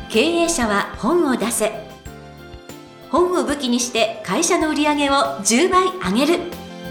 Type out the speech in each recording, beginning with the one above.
経営者は本を出せ。本を武器にして会社の売り上げを10倍上げる。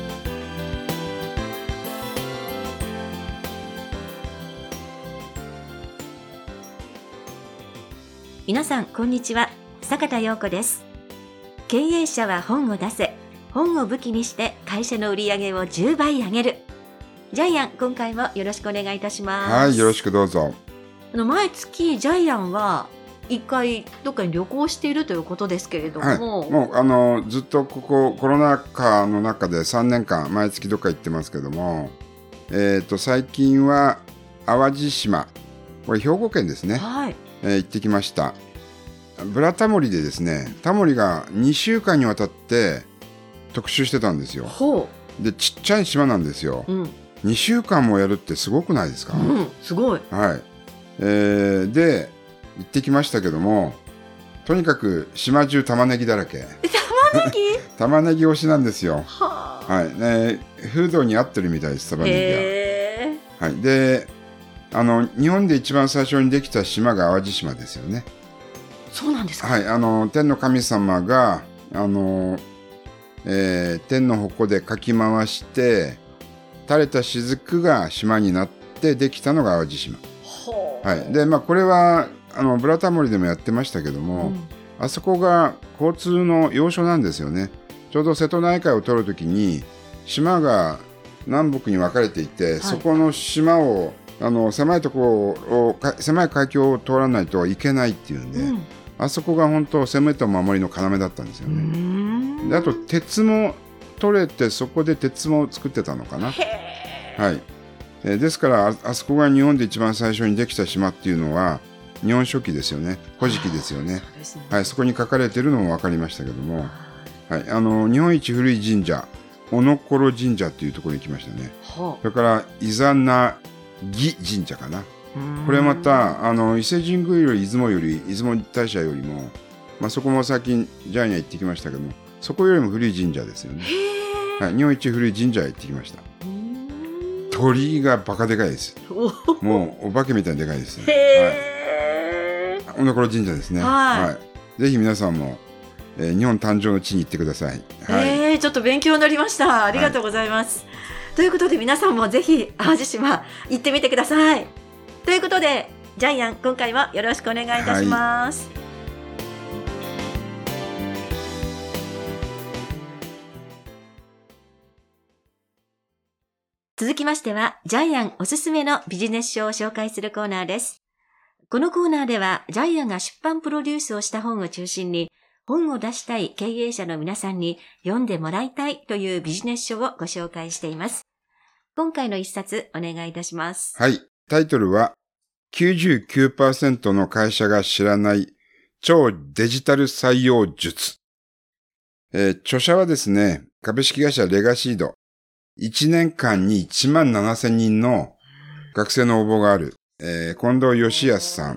皆さんこんにちは、坂田陽子です。経営者は本を出せ。本を武器にして会社の売り上げを10倍上げる。ジャイアン、今回もよろしくお願いいたします。 はい、よろしくどうぞ。 毎月ジャイアンは一回どっかに旅行しているということですけれども、 はい、もうずっとコロナ禍の中で3年間毎月どっか行ってますけども、最近は淡路島、これ兵庫県ですね、 はい、 行ってきました。ブラタモリでですね、タモリが2週間にわたって特集してたんですよ。で、ちっちゃい島なんですよ、2週間もやるってすごくないですか？ すごい。 はい、で行ってきましたけども、とにかく島中玉ねぎだらけ。 玉ねぎ玉ねぎ推しなんですよ。はいね、風土に合ってるみたいです、玉ねぎは。はい、で日本で一番最初にできた島が淡路島ですよね。 そうなんですか？ はい、天の神様が天の矛でかき回して垂れた雫が島になってできたのが淡路島。はい、でこれはブラタモリでもやってましたけども、あそこが交通の要所なんですよね。ちょうど瀬戸内海を取るときに島が南北に分かれていて、そこの島を狭いところを狭い海峡を通らないといけないっていうんで、あそこが本当攻めと守りの要だったんですよね。であと鉄も取れて、そこで鉄も作ってたのかな。はい、ですからあそこが日本で一番最初にできた島っていうのは日本書紀ですよね。古事記ですよね。はい、そこに書かれているのも分かりましたけども、はい、日本一古い神社おのころ神社っていうところに来ましたね。それから伊弉木神社かな。これまた伊勢神宮より出雲大社よりも、そこも最近ジャイアン行ってきましたけども、そこよりも古い神社ですよね。はい、日本一古い神社へ行ってきました。鳥居がバカでかいです。もうお化けみたいにでかいですね。おのころ神社ですね。はい、ぜひ皆さんも、日本誕生の地に行ってください。はい、 ちょっと勉強になりました。ありがとうございます。ということで皆さんもぜひ淡路島行ってみてください。ということでジャイアン、今回もよろしくお願いいたします。続きましてはジャイアンおすすめのビジネス書を紹介するコーナーです。このコーナーではジャイアンが出版プロデュースをした本を中心に、本を出したい経営者の皆さんに読んでもらいたいというビジネス書をご紹介しています。今回の一冊お願いいたします。 はい、タイトルは 99% の会社が知らない超デジタル採用術。著者はですね、株式会社レガシード。1年間に1万7000人の学生の応募がある、近藤義康さん。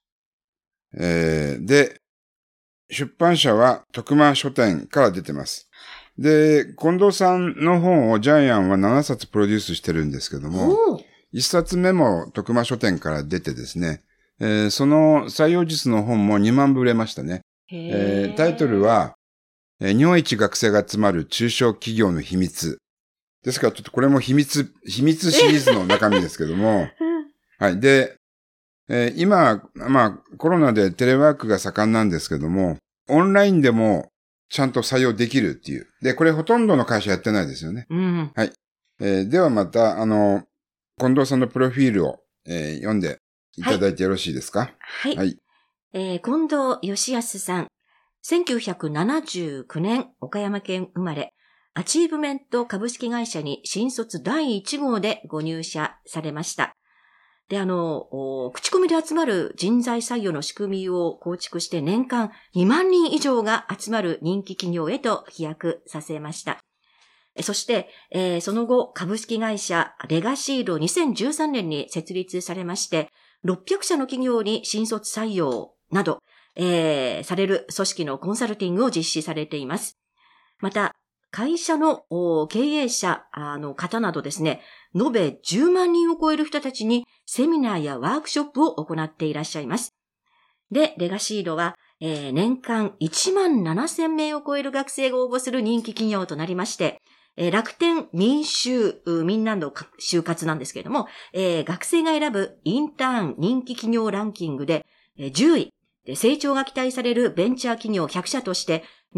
で、出版社は徳間書店から出てます。で、近藤さんの本をジャイアンは7冊プロデュースしてるんですけども、1冊目も徳間書店から出てですね、その採用術の本も2万部売れましたね。タイトルは、日本一学生が集まる中小企業の秘密。ですからちょっとこれも秘密シリーズの中身ですけども、はい。で、今、コロナでテレワークが盛んなんですけども、オンラインでもちゃんと採用できるっていう。で、これほとんどの会社やってないですよね。はい。ではまた、近藤さんのプロフィールを、読んでいただいてよろしいですか？ はい。はい。近藤義康さん。1979年、岡山県生まれ。アチーブメント株式会社に新卒第1号でご入社されました。で、口コミで集まる人材採用の仕組みを構築して年間2万人以上が集まる人気企業へと飛躍させました。そして、その後株式会社レガシード2013年に設立されまして、600社の企業に新卒採用など、される組織のコンサルティングを実施されています。また、会社の経営者の方などですね、延べ10万人を超える人たちにセミナーやワークショップを行っていらっしゃいます。 で、レガシードは、年間17,000名を超える学生が応募する人気企業となりまして、楽天民など就活なんですけれども、学生が選ぶインターン人気企業ランキングで、10位で、成長が期待されるベンチャー企業100社として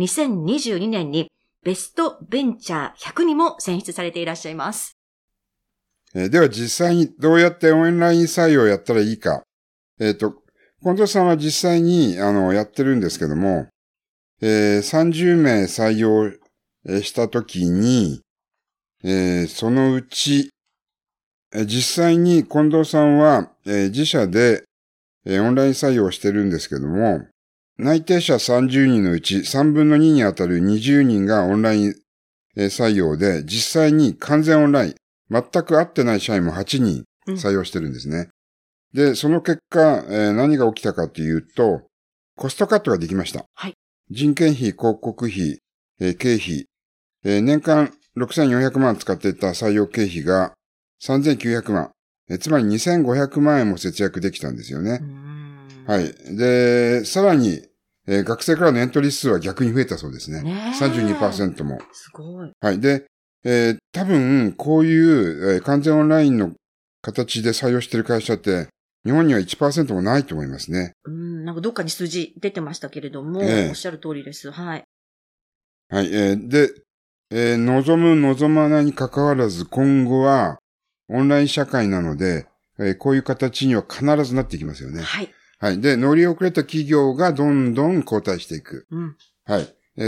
、2022年にベストベンチャー100にも選出されていらっしゃいます。 では実際にどうやってオンライン採用をやったらいいか。近藤さんは実際にやってるんですけども、30名採用したときに、そのうち、実際に近藤さんは、自社で、オンライン採用してるんですけども、内定者30人のうち3分の2にあたる20人がオンライン採用で、実際に完全オンライン、全く会ってない社員も8人採用してるんですね。で、その結果、何が起きたかというと、コストカットができました。 はい。 人件費、広告費、経費、年間6,400万使っていた採用経費が3,900万。つまり2,500万円も節約できたんですよね。はい。で、さらに、学生からのエントリー数は逆に増えたそうですね。32% も。 すごい。 はい。で、多分、こういう、完全オンラインの形で採用している会社って、日本には 1% もないと思いますね。 なんかどっかに数字出てましたけれども、おっしゃる通りです。はい。 はい。で、望む望まないに関わらず、今後は、オンライン社会なので、こういう形には必ずなっていきますよね。 はい。 はい。で、乗り遅れた企業がどんどん後退していく。はい。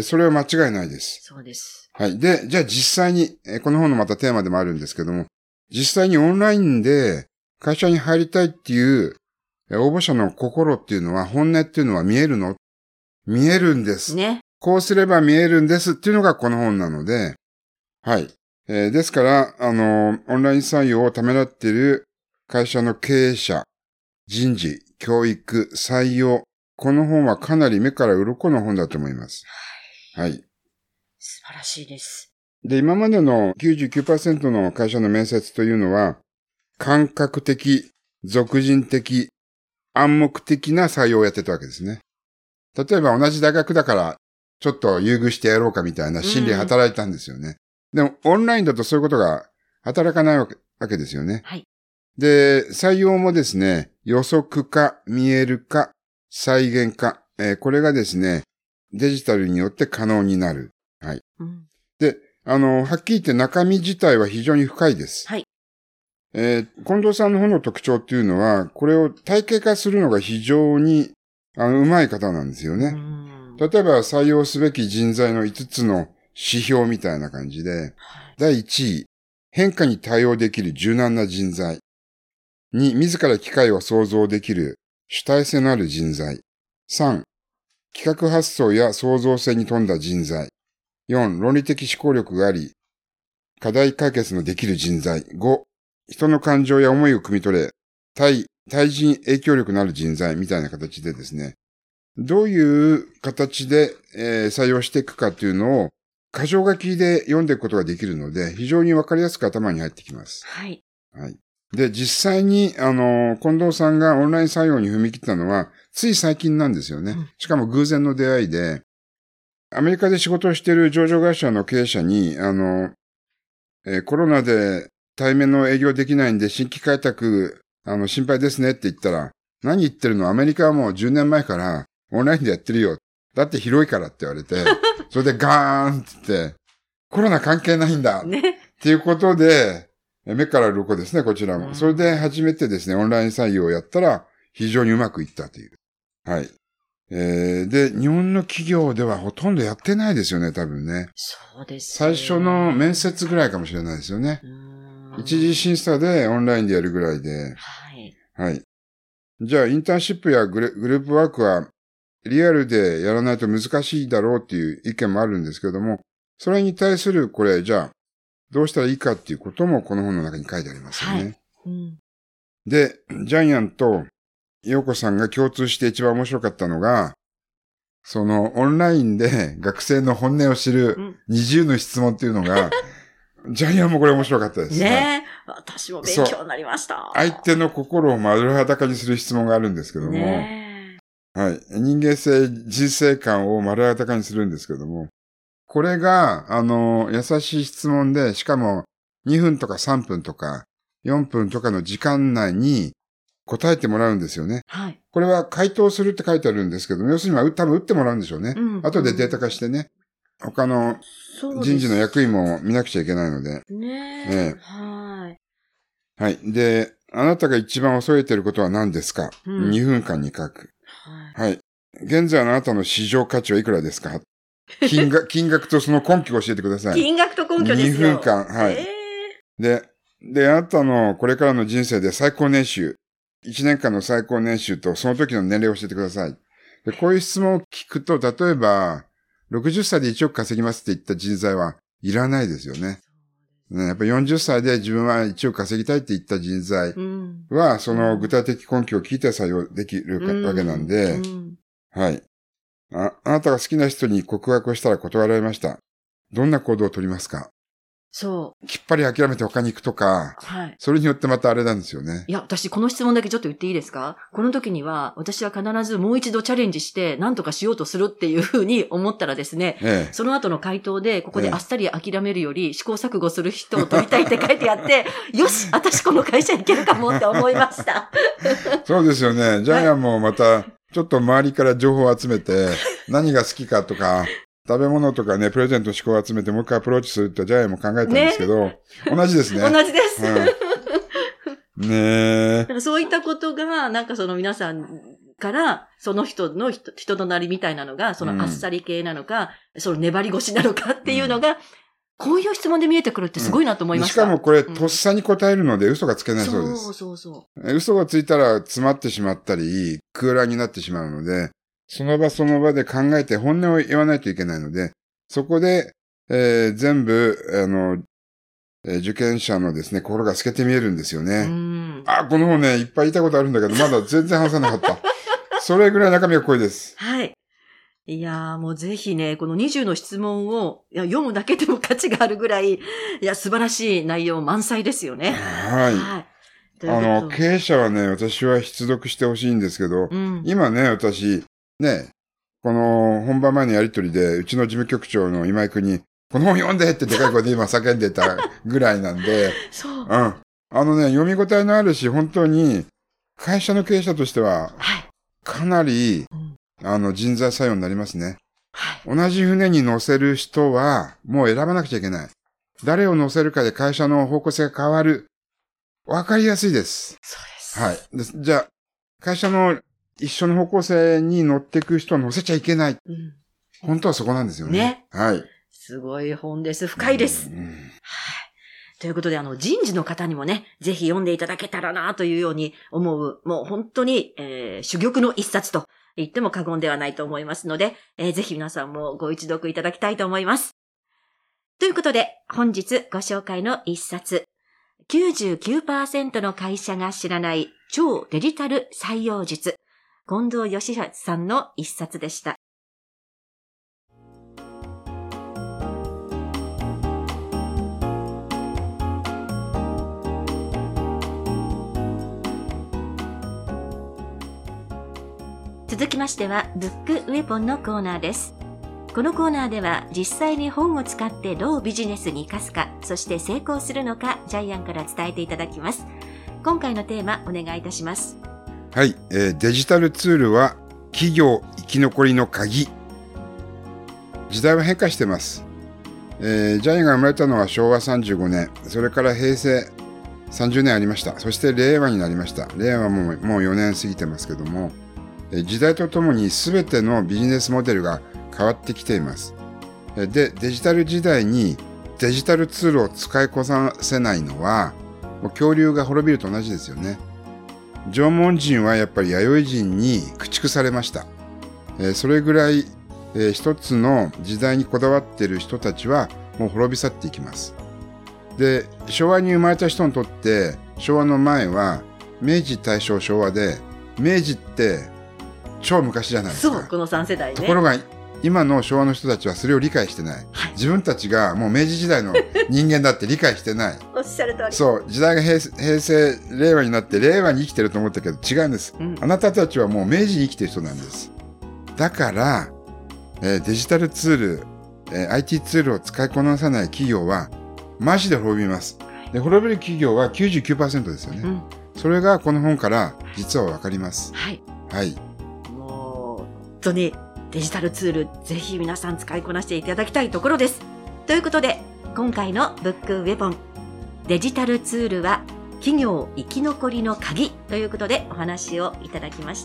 それは間違いないです。 そうです。 はい。で、じゃあ実際に、この本のまたテーマでもあるんですけども、実際にオンラインで会社に入りたいっていう、応募者の心っていうのは、本音っていうのは見えるの？見えるんです。 ね。 こうすれば見えるんですっていうのがこの本なので、はい。ですから、オンライン採用をためらっている会社の経営者、人事、教育、採用、この本はかなり目から鱗の本だと思います。はい。 素晴らしいです。 で、今までの 99% の会社の面接というのは、感覚的、属人的、暗黙的な採用をやってたわけですね。例えば同じ大学だから、ちょっと優遇してやろうかみたいな心理働いたんですよね。でも、オンラインだとそういうことが働かないわけですよね。 はい。 で、採用もですね、予測か、見えるか、再現か、これがですね、デジタルによって可能になる。はい。で、はっきり言って中身自体は非常に深いです。 はい。 近藤さんの本の特徴っていうのは、これを体系化するのが非常に、うまい方なんですよね。例えば採用すべき人材の5つの指標みたいな感じで、第1位、変化に対応できる柔軟な人材。2、自ら機会を創造できる主体性のある人材。3、企画発想や創造性に富んだ人材。4、論理的思考力があり、課題解決のできる人材。5、人の感情や思いを汲み取れ、対人影響力のある人材みたいな形でですね、どういう形で、採用していくかっていうのを、箇条書きで読んでいくことができるので、非常にわかりやすく頭に入ってきます。 はい。 はい。で、実際に、近藤さんがオンライン採用に踏み切ったのは、つい最近なんですよね。しかも偶然の出会いで、アメリカで仕事をしている上場会社の経営者に、コロナで対面の営業できないんで新規開拓、心配ですねって言ったら、何言ってるの？アメリカはもう10年前からオンラインでやってるよ。だって広いからって言われて、それでガーンって言って、コロナ関係ないんだ。ね。っていうことで、目から鱗ですね、こちらも。それで初めてですね、オンライン採用をやったら、非常にうまくいったという。はい。で、日本の企業ではほとんどやってないですよね、多分ね。 そうです。 最初の面接ぐらいかもしれないですよね。一次審査でオンラインでやるぐらいで。 はい。 はい。じゃあ、インターンシップやグループワークは、リアルでやらないと難しいだろうっていう意見もあるんですけども、それに対するこれ、じゃあ、どうしたらいいかっていうこともこの本の中に書いてありますよね。はい。で、ジャイアンと陽子さんが共通して一番面白かったのが、そのオンラインで学生の本音を知る20の質問っていうのが、ジャイアンもこれ面白かったです。 ねえ、私も勉強になりました。 相手の心を丸裸にする質問があるんですけども、 はい。人間性、人生観を丸裸にするんですけども、これが、優しい質問で、しかも2分とか3分とか4分とかの時間内に答えてもらうんですよね。 はい。 これは回答するって書いてあるんですけども、要するに多分打ってもらうんでしょうね。後でデータ化してね。他の人事の役員も見なくちゃいけないので。 ねえ。はい。 はい。で、あなたが一番恐れていることは何ですか、2分間に書く。はい。現在あなたの市場価値はいくらですか金額とその根拠を教えてください。 金額と根拠ですよ。 2分間。はい。で、あなたのこれからの人生で最高年収、1年間の最高年収とその時の年齢を教えてください。で、こういう質問を聞くと、例えば、60歳で1億稼ぎますって言った人材はいらないですよね。やっぱ40歳で自分は1億稼ぎたいって言った人材は、その具体的根拠を聞いて採用できるわけなんで、はい。あなたが好きな人に告白をしたら断られました。どんな行動を取りますか？そう。きっぱり諦めて他に行くとか、はい。それによってまたあれなんですよね。 いや、私この質問だけちょっと言っていいですか？この時には、私は必ずもう一度チャレンジして、何とかしようとするっていうふうに思ったらですね、その後の回答で、ここであっさり諦めるより、試行錯誤する人を取りたいって書いてあって、よし、私この会社行けるかもって思いました。 そうですよね。ジャイアンもまた、ちょっと周りから情報を集めて、何が好きかとか、食べ物とかね、プレゼントの思考を集めてもう一回アプローチするってジャイアンも考えたんですけど、同じですね。 同じです。 ねえ。 だからそういったことが、なんかその皆さんから、その人の人となりみたいなのが、そのあっさり系なのか、その粘り腰なのかっていうのが、こういう質問で見えてくるってすごいなと思いました。 しかもこれ、とっさに答えるので嘘がつけないそうです。 そう。 嘘がついたら詰まってしまったり、空欄になってしまうので、その場その場で考えて本音を言わないといけないので、そこで、全部、受験者のですね、心が透けて見えるんですよね。この本ね、いっぱい言いたいことあるんだけど、まだ全然話さなかった。それぐらい中身が濃いです。 はい。いやーもうぜひね、この20の質問を読むだけでも価値があるぐらい、素晴らしい内容満載ですよね。 はい。経営者はね、私は必読してほしいんですけど、今ね、私、ね、この本番前のやりとりで、うちの事務局長の今井君に、この本読んでってでかい声で今叫んでたぐらいなんで、 そう。 読み応えのあるし、本当に、会社の経営者としては、かなり、人材採用になりますね。同じ船に乗せる人は、もう選ばなくちゃいけない。誰を乗せるかで会社の方向性が変わる。わかりやすいです。 そうです。はい。じゃあ、会社の一緒の方向性に乗っていく人を乗せちゃいけない。本当はそこなんですよね。 ね。 はい。 すごい本です。深いです。はい。ということで、人事の方にもね、ぜひ読んでいただけたらなというように思う、もう本当に、珠玉の一冊と言っても過言ではないと思いますので、ぜひ皆さんもご一読いただきたいと思います。ということで、本日ご紹介の一冊、99% の会社が知らない超デジタル採用術、近藤義康さんの一冊でした。続きましては、ブックウェポンのコーナーです。このコーナーでは、実際に本を使ってどうビジネスに生かすか、そして成功するのか、ジャイアンから伝えていただきます。今回のテーマ、お願いいたします。 はい、デジタルツールは企業生き残りの鍵。時代は変化しています。ジャイアンが生まれたのは昭和35年、それから平成30年ありました。そして令和になりました。令和もう4年過ぎてますけども、時代とともに全てのビジネスモデルが変わってきています。で、デジタル時代にデジタルツールを使いこなせないのは、もう恐竜が滅びると同じですよね。縄文人はやっぱり弥生人に駆逐されました。それぐらい、一つの時代にこだわっている人たちはもう滅び去っていきます。で、昭和に生まれた人にとって昭和の前は明治、大正、昭和で、明治って超昔じゃないですか。 そう、この3世代ね。 ところが今の昭和の人たちはそれを理解してない。自分たちがもう明治時代の人間だって理解してない。 おっしゃる通り。 そう、時代が平成、令和になって令和に生きてると思ったけど違うんです。あなたたちはもう明治に生きてる人なんです。だから、デジタルツール、IT ツールを使いこなさない企業はマジで滅びます。で、滅びる企業は 99% ですよね。それがこの本から実はわかります。 はい。 はい。 もう、本当にデジタルツール、ぜひ皆さん使いこなしていただきたいところです。ということで、今回のブックウェポン、デジタルツールは企業生き残りの鍵ということでお話をいただきました。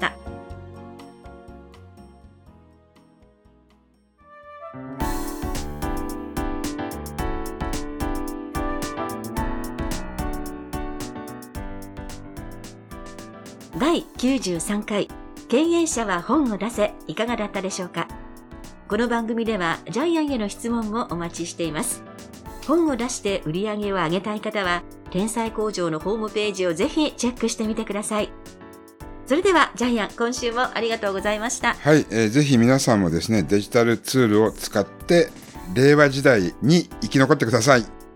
第93回経営者は本を出せ、いかがだったでしょうか。この番組ではジャイアンへの質問もお待ちしています。本を出して売り上げを上げたい方は天才工場のホームページをぜひチェックしてみてください。それではジャイアン、今週もありがとうございました。 はい、ぜひ皆さんもですね、デジタルツールを使って令和時代に生き残ってください。